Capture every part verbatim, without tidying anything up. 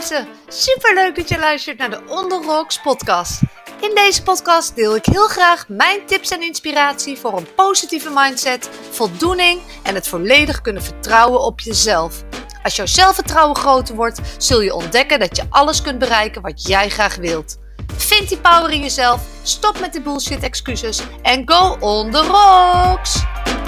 mensen, superleuk dat je luistert naar de On The Rocks podcast. In deze podcast deel ik heel graag mijn tips en inspiratie voor een positieve mindset, voldoening en het volledig kunnen vertrouwen op jezelf. Als jouw zelfvertrouwen groter wordt, zul je ontdekken dat je alles kunt bereiken wat jij graag wilt. Vind die power in jezelf, stop met de bullshit excuses en go on the rocks!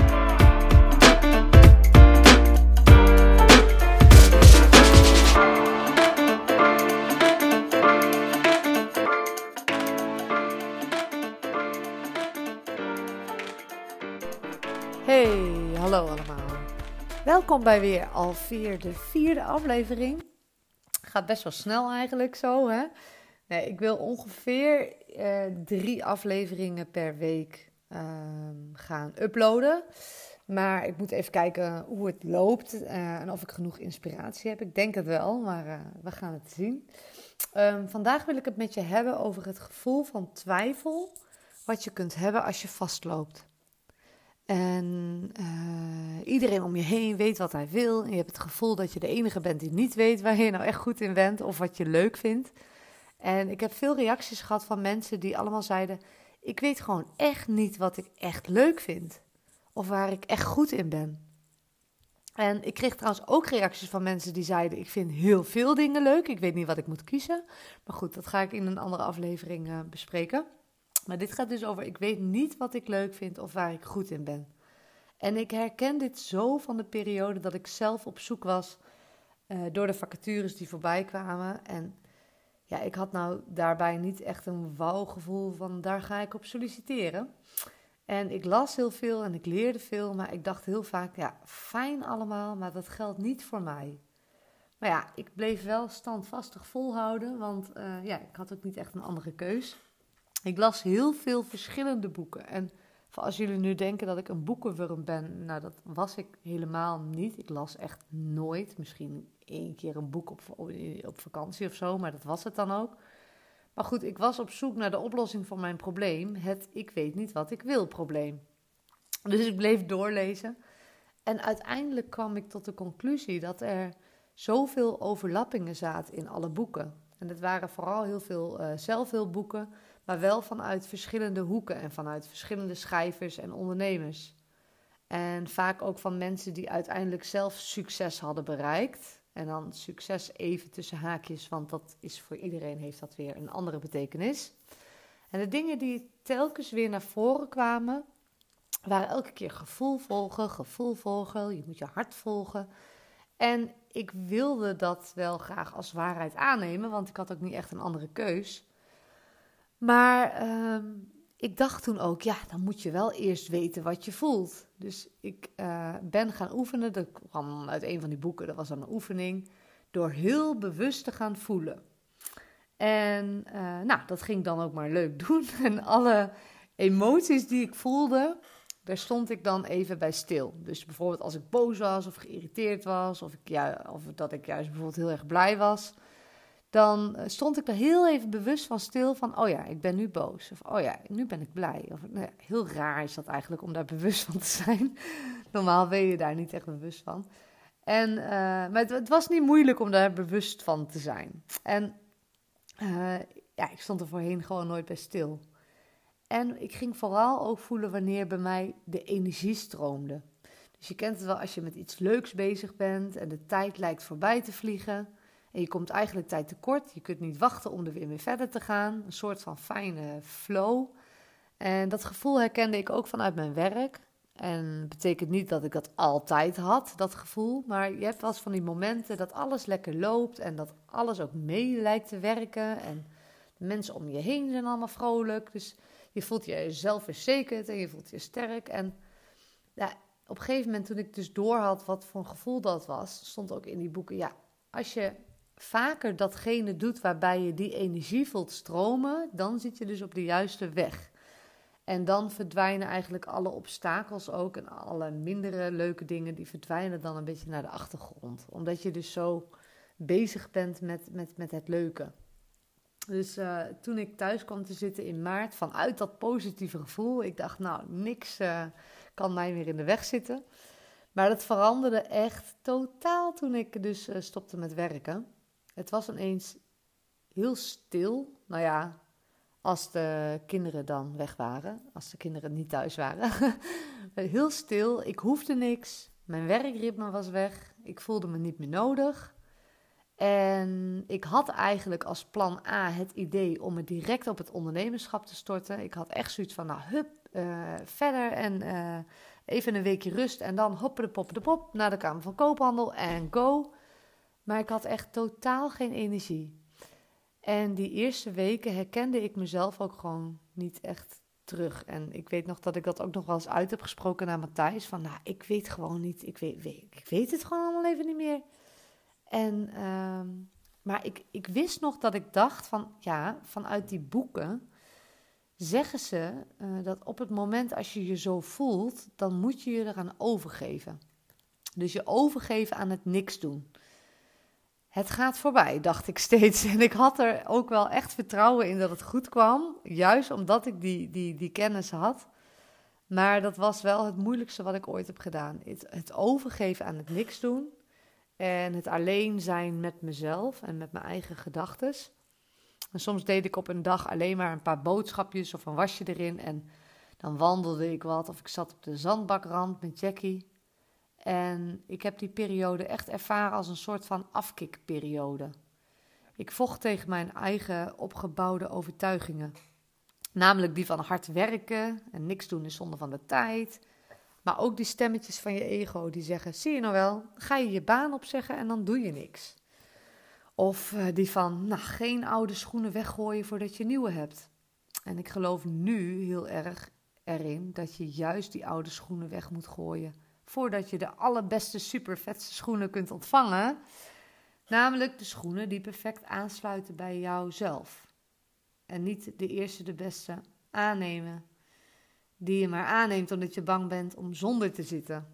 Hey, hallo allemaal. Welkom bij weer alweer de vierde aflevering. Gaat best wel snel eigenlijk zo, hè? Nee, ik wil ongeveer uh, drie afleveringen per week uh, gaan uploaden. Maar ik moet even kijken hoe het loopt uh, en of ik genoeg inspiratie heb. Ik denk het wel, maar uh, we gaan het zien. Um, vandaag wil ik het met je hebben over het gevoel van twijfel wat je kunt hebben als je vastloopt. En uh, iedereen om je heen weet wat hij wil. En je hebt het gevoel dat je de enige bent die niet weet waar je nou echt goed in bent of wat je leuk vindt. En ik heb veel reacties gehad van mensen die allemaal zeiden: ik weet gewoon echt niet wat ik echt leuk vind. Of waar ik echt goed in ben. En ik kreeg trouwens ook reacties van mensen die zeiden: ik vind heel veel dingen leuk. Ik weet niet wat ik moet kiezen. Maar goed, dat ga ik in een andere aflevering uh, bespreken. Maar dit gaat dus over: ik weet niet wat ik leuk vind of waar ik goed in ben. En ik herken dit zo van de periode dat ik zelf op zoek was uh, door de vacatures die voorbij kwamen. En ja, ik had nou daarbij niet echt een wauw-gevoel van daar ga ik op solliciteren. En ik las heel veel en ik leerde veel, maar ik dacht heel vaak, ja, fijn allemaal, maar dat geldt niet voor mij. Maar ja, ik bleef wel standvastig volhouden, want uh, ja, ik had ook niet echt een andere keus. Ik las heel veel verschillende boeken. En als jullie nu denken dat ik een boekenwurm ben, nou dat was ik helemaal niet. Ik las echt nooit, misschien één keer een boek op, op vakantie of zo, maar dat was het dan ook. Maar goed, ik was op zoek naar de oplossing van mijn probleem, het ik weet niet wat ik wil probleem. Dus ik bleef doorlezen en uiteindelijk kwam ik tot de conclusie dat er zoveel overlappingen zaten in alle boeken. En het waren vooral heel veel uh, zelfhulpboeken, maar wel vanuit verschillende hoeken en vanuit verschillende schrijvers en ondernemers. En vaak ook van mensen die uiteindelijk zelf succes hadden bereikt. En dan succes even tussen haakjes, want dat is voor iedereen heeft dat weer een andere betekenis. En de dingen die telkens weer naar voren kwamen, waren elke keer gevoel volgen, gevoel volgen, je moet je hart volgen. En ik wilde dat wel graag als waarheid aannemen, want ik had ook niet echt een andere keus. Maar uh, ik dacht toen ook, ja, dan moet je wel eerst weten wat je voelt. Dus ik uh, ben gaan oefenen, dat kwam uit een van die boeken, dat was dan een oefening, door heel bewust te gaan voelen. En uh, nou, dat ging ik dan ook maar leuk doen. En alle emoties die ik voelde, daar stond ik dan even bij stil. Dus bijvoorbeeld als ik boos was of geïrriteerd was, of, ik, ja, of dat ik juist bijvoorbeeld heel erg blij was, dan stond ik er heel even bewust van stil van, oh ja, ik ben nu boos. Of oh ja, nu ben ik blij. Of, nou ja, heel raar is dat eigenlijk om daar bewust van te zijn. Normaal ben je daar niet echt bewust van. En, uh, maar het, het was niet moeilijk om daar bewust van te zijn. En uh, ja, ik stond er voorheen gewoon nooit bij stil. En ik ging vooral ook voelen wanneer bij mij de energie stroomde. Dus je kent het wel als je met iets leuks bezig bent en de tijd lijkt voorbij te vliegen. En je komt eigenlijk tijd tekort. Je kunt niet wachten om er weer mee verder te gaan. Een soort van fijne flow. En dat gevoel herkende ik ook vanuit mijn werk. En dat betekent niet dat ik dat altijd had, dat gevoel. Maar je hebt wel eens van die momenten dat alles lekker loopt. En dat alles ook mee lijkt te werken. En de mensen om je heen zijn allemaal vrolijk. Dus je voelt jezelf verzekerd en je voelt je sterk. En ja, op een gegeven moment toen ik dus doorhad wat voor een gevoel dat was, stond ook in die boeken, ja, als je vaker datgene doet waarbij je die energie voelt stromen, dan zit je dus op de juiste weg. En dan verdwijnen eigenlijk alle obstakels ook en alle mindere leuke dingen, die verdwijnen dan een beetje naar de achtergrond. Omdat je dus zo bezig bent met, met, met het leuke. Dus uh, toen ik thuis kwam te zitten in maart, vanuit dat positieve gevoel, ik dacht, nou, niks uh, kan mij meer in de weg zitten. Maar dat veranderde echt totaal toen ik dus uh, stopte met werken. Het was ineens heel stil. Nou ja, als de kinderen dan weg waren. Als de kinderen niet thuis waren. Heel stil. Ik hoefde niks. Mijn werkritme was weg. Ik voelde me niet meer nodig. En ik had eigenlijk als plan A het idee om me direct op het ondernemerschap te storten. Ik had echt zoiets van, nou hup, uh, verder en uh, even een weekje rust. En dan hoppen de poppen de pop naar de Kamer van Koophandel en go. Maar ik had echt totaal geen energie. En die eerste weken herkende ik mezelf ook gewoon niet echt terug. En ik weet nog dat ik dat ook nog wel eens uit heb gesproken naar Matthijs. Van, nou, ik weet gewoon niet, ik weet, weet, ik weet het gewoon allemaal even niet meer. En, uh, maar ik, ik wist nog dat ik dacht van, ja, vanuit die boeken zeggen ze uh, dat op het moment als je je zo voelt, dan moet je je eraan overgeven. Dus je overgeven aan het niks doen. Het gaat voorbij, dacht ik steeds. En ik had er ook wel echt vertrouwen in dat het goed kwam, juist omdat ik die, die, die kennis had. Maar dat was wel het moeilijkste wat ik ooit heb gedaan. Het, het overgeven aan het niks doen. En het alleen zijn met mezelf en met mijn eigen gedachtes. En soms deed ik op een dag alleen maar een paar boodschapjes of een wasje erin. En dan wandelde ik wat of ik zat op de zandbakrand met Jackie. En ik heb die periode echt ervaren als een soort van afkikperiode. Ik vocht tegen mijn eigen opgebouwde overtuigingen. Namelijk die van hard werken en niks doen is zonde van de tijd. Maar ook die stemmetjes van je ego die zeggen, zie je nou wel, ga je je baan opzeggen en dan doe je niks. Of uh, die van, nou, geen oude schoenen weggooien voordat je nieuwe hebt. En ik geloof nu heel erg erin dat je juist die oude schoenen weg moet gooien. Voordat je de allerbeste, supervetste schoenen kunt ontvangen. Namelijk de schoenen die perfect aansluiten bij jouzelf. En niet de eerste, de beste aannemen. Die je maar aanneemt omdat je bang bent om zonder te zitten.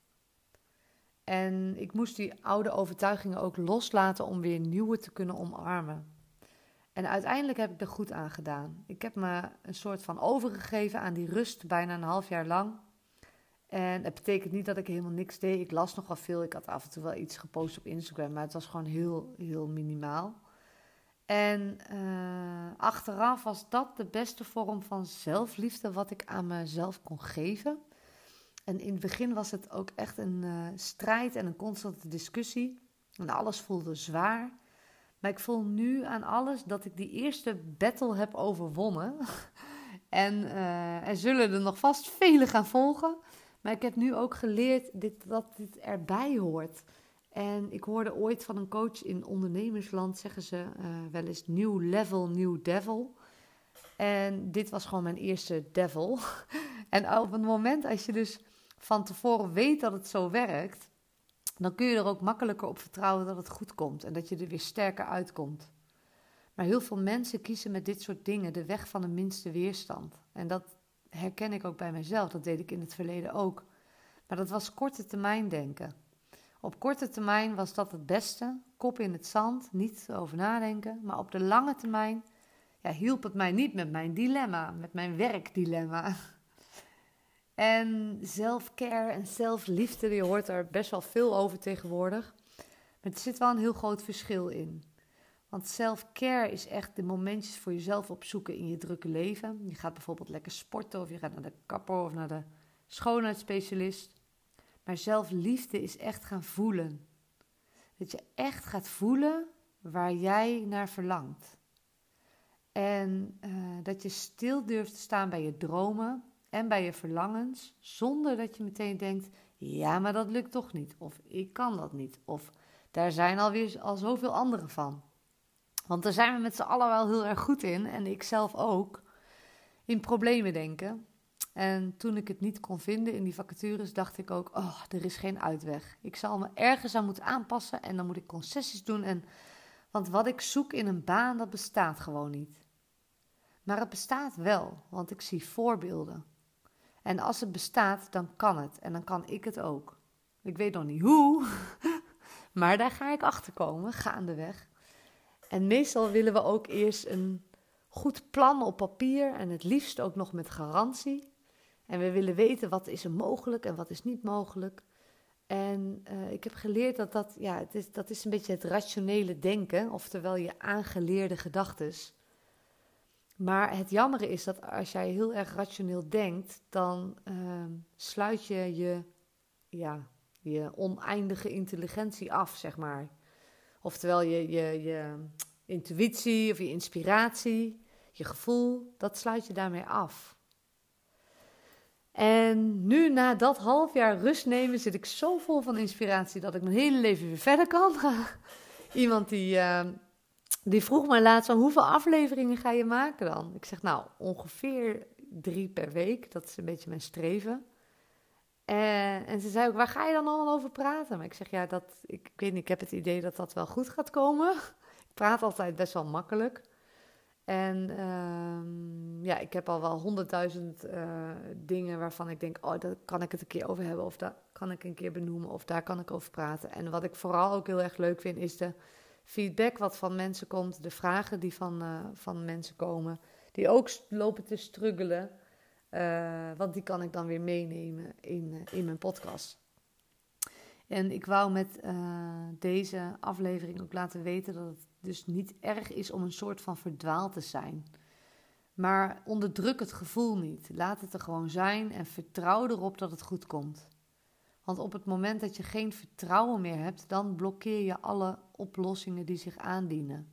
En ik moest die oude overtuigingen ook loslaten om weer nieuwe te kunnen omarmen. En uiteindelijk heb ik er goed aan gedaan. Ik heb me een soort van overgegeven aan die rust bijna een half jaar lang. En het betekent niet dat ik helemaal niks deed. Ik las nogal veel. Ik had af en toe wel iets gepost op Instagram, maar het was gewoon heel, heel minimaal. En uh, achteraf was dat de beste vorm van zelfliefde wat ik aan mezelf kon geven. En in het begin was het ook echt een uh, strijd en een constante discussie. En alles voelde zwaar. Maar ik voel nu aan alles dat ik die eerste battle heb overwonnen. en uh, er zullen er nog vast vele gaan volgen. Maar ik heb nu ook geleerd dit, dat dit erbij hoort. En ik hoorde ooit van een coach in ondernemersland, zeggen ze uh, wel eens, nieuw level, nieuw devil. En dit was gewoon mijn eerste devil. En op het moment als je dus van tevoren weet dat het zo werkt, dan kun je er ook makkelijker op vertrouwen dat het goed komt. En dat je er weer sterker uitkomt. Maar heel veel mensen kiezen met dit soort dingen de weg van de minste weerstand. En dat herken ik ook bij mezelf, dat deed ik in het verleden ook. Maar dat was korte termijn denken. Op korte termijn was dat het beste, kop in het zand, niet over nadenken. Maar op de lange termijn ja, hielp het mij niet met mijn dilemma, met mijn werkdilemma. En self-care en zelfliefde, je hoort er best wel veel over tegenwoordig. Maar er zit wel een heel groot verschil in. Want self-care is echt de momentjes voor jezelf opzoeken in je drukke leven. Je gaat bijvoorbeeld lekker sporten of je gaat naar de kapper of naar de schoonheidsspecialist. Maar zelfliefde is echt gaan voelen. Dat je echt gaat voelen waar jij naar verlangt. En uh, dat je stil durft te staan bij je dromen en bij je verlangens. Zonder dat je meteen denkt, ja, maar dat lukt toch niet. Of ik kan dat niet. Of daar zijn alweer al zoveel anderen van. Want daar zijn we met z'n allen wel heel erg goed in. En ik zelf ook. In problemen denken. En toen ik het niet kon vinden in die vacatures, dacht ik ook, oh, er is geen uitweg. Ik zal me ergens aan moeten aanpassen en dan moet ik concessies doen. En, want wat ik zoek in een baan, dat bestaat gewoon niet. Maar het bestaat wel, want ik zie voorbeelden. En als het bestaat, dan kan het. En dan kan ik het ook. Ik weet nog niet hoe, maar daar ga ik achter komen, gaandeweg. En meestal willen we ook eerst een goed plan op papier en het liefst ook nog met garantie. En we willen weten wat is er mogelijk en wat is niet mogelijk. En uh, ik heb geleerd dat dat, ja, het is, dat is een beetje het rationele denken, oftewel je aangeleerde gedachtes. Maar het jammere is dat als jij heel erg rationeel denkt, dan uh, sluit je je, ja, je oneindige intelligentie af, zeg maar. Oftewel je, je, je intuïtie of je inspiratie, je gevoel, dat sluit je daarmee af. En nu, na dat half jaar rust nemen, zit ik zo vol van inspiratie dat ik mijn hele leven weer verder kan. Iemand die, uh, die vroeg mij laatst van, hoeveel afleveringen ga je maken dan? Ik zeg, nou, ongeveer drie per week. Dat is een beetje mijn streven. En, en ze zei ook, waar ga je dan allemaal over praten? Maar ik zeg, ja, dat, ik, ik weet niet, ik heb het idee dat dat wel goed gaat komen. Ik praat altijd best wel makkelijk. En uh, ja, ik heb al wel honderdduizend uh, dingen waarvan ik denk, oh, daar kan ik het een keer over hebben. Of daar kan ik een keer benoemen, of daar kan ik over praten. En wat ik vooral ook heel erg leuk vind, is de feedback wat van mensen komt. De vragen die van, uh, van mensen komen, die ook lopen te struggelen. Uh, want die kan ik dan weer meenemen in, uh, in mijn podcast. En ik wou met uh, deze aflevering ook laten weten dat het dus niet erg is om een soort van verdwaald te zijn. Maar onderdruk het gevoel niet. Laat het er gewoon zijn en vertrouw erop dat het goed komt. Want op het moment dat je geen vertrouwen meer hebt, dan blokkeer je alle oplossingen die zich aandienen.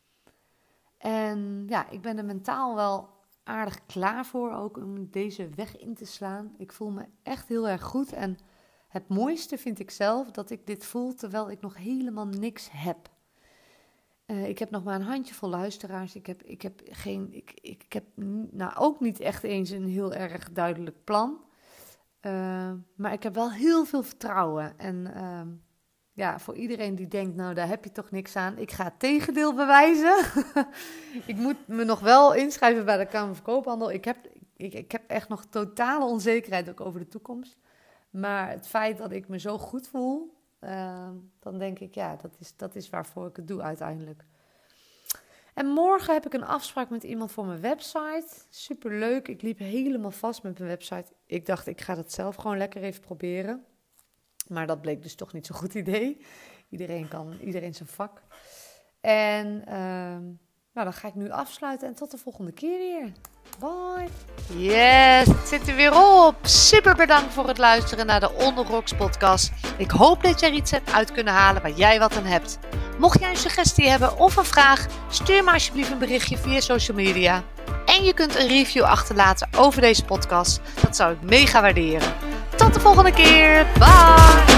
En ja, ik ben er mentaal wel aardig klaar voor ook om deze weg in te slaan. Ik voel me echt heel erg goed en het mooiste vind ik zelf dat ik dit voel terwijl ik nog helemaal niks heb. Uh, ik heb nog maar een handjevol luisteraars. Ik heb, ik heb, geen, ik, ik heb nou, ook niet echt eens een heel erg duidelijk plan. Uh, maar ik heb wel heel veel vertrouwen. En uh, ja, voor iedereen die denkt, nou daar heb je toch niks aan. Ik ga het tegendeel bewijzen. Ik moet me nog wel inschrijven bij de Kamer van Koophandel. Ik heb, ik, ik heb echt nog totale onzekerheid ook over de toekomst. Maar het feit dat ik me zo goed voel, uh, dan denk ik, ja, dat is, dat is waarvoor ik het doe uiteindelijk. En morgen heb ik een afspraak met iemand voor mijn website. Superleuk, ik liep helemaal vast met mijn website. Ik dacht, ik ga dat zelf gewoon lekker even proberen. Maar dat bleek dus toch niet zo'n goed idee. Iedereen kan, iedereen zijn vak. En uh, nou, dan ga ik nu afsluiten en tot de volgende keer weer. Bye. Yes, het zit er weer op. Super bedankt voor het luisteren naar de On The Rocks podcast. Ik hoop dat je er iets hebt uit kunnen halen waar jij wat aan hebt. Mocht jij een suggestie hebben of een vraag, stuur me alsjeblieft een berichtje via social media. En je kunt een review achterlaten over deze podcast. Dat zou ik mega waarderen. Tot de volgende keer. Bye.